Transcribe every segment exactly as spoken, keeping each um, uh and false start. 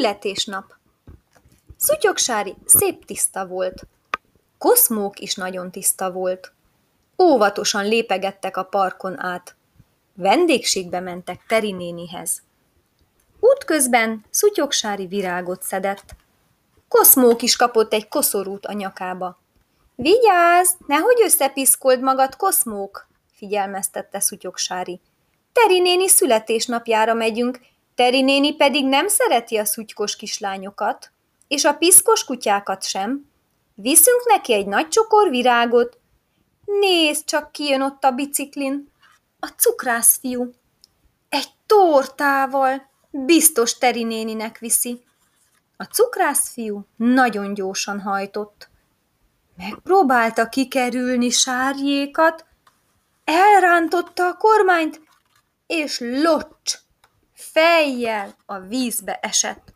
Születésnap. Szutyogsári szép tiszta volt. Koszmók is nagyon tiszta volt. Óvatosan lépegettek a parkon át. Vendégségbe mentek Teri nénihez. Útközben Szutyogsári virágot szedett. Koszmók is kapott egy koszorút a nyakába. Vigyázz, nehogy összepiszkold magad, Koszmók, figyelmeztette Szutyogsári. Teri néni születésnapjára megyünk, Teri néni pedig nem szereti a szutykos kislányokat, és a piszkos kutyákat sem. Viszünk neki egy nagy csokor virágot. Nézd csak, ki jön ott a biciklin. A cukrászfiú. Egy tortával. Biztos Teri néninek viszi. A cukrászfiú nagyon gyorsan hajtott. Megpróbálta kikerülni Sárjékat, elrántotta a kormányt, és locs, fejjel a vízbe esett.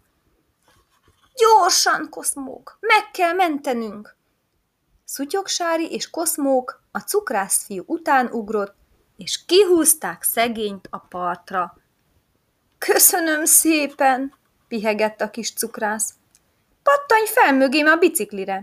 Gyorsan, Koszmók, meg kell mentenünk! Szutyogsári és Koszmók a cukrászfiú után ugrott, és kihúzták szegényt a partra. Köszönöm szépen, pihegett a kis cukrász. Pattanj fel mögém a biciklire.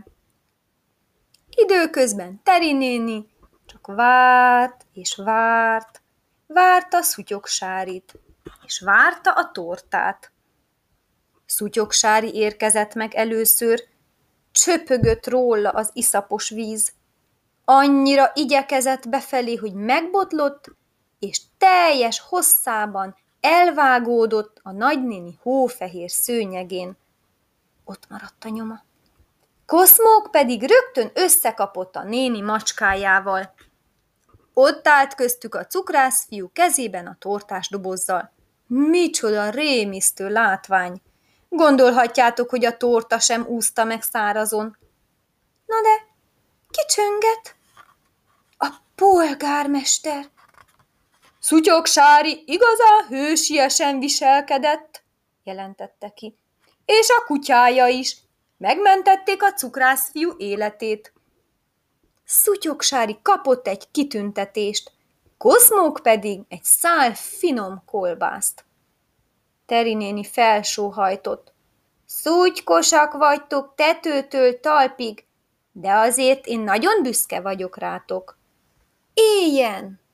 Időközben Teri néni csak várt és várt, várta Szutyogsárit, és várta a tortát. Szutyogsári érkezett meg először, csöpögött róla az iszapos víz. Annyira igyekezett befelé, hogy megbotlott, és teljes hosszában elvágódott a nagynéni hófehér szőnyegén. Ott maradt a nyoma. Koszmók pedig rögtön összekapott a néni macskájával. Ott állt köztük a cukrászfiú kezében a tortás dobozzal. Micsoda rémisztő látvány! Gondolhatjátok, hogy a torta sem úszta meg szárazon. Na de, ki csönget? A polgármester. Szutyogsári igazán hősiesen viselkedett, jelentette ki. És a kutyája is. Megmentették a cukrászfiú életét. Szutyogsári kapott egy kitüntetést, Koszmók pedig egy szál finom kolbászt. Teri néni felsóhajtott. Szutykosak vagytok tetőtől talpig, de azért én nagyon büszke vagyok rátok. Éljen!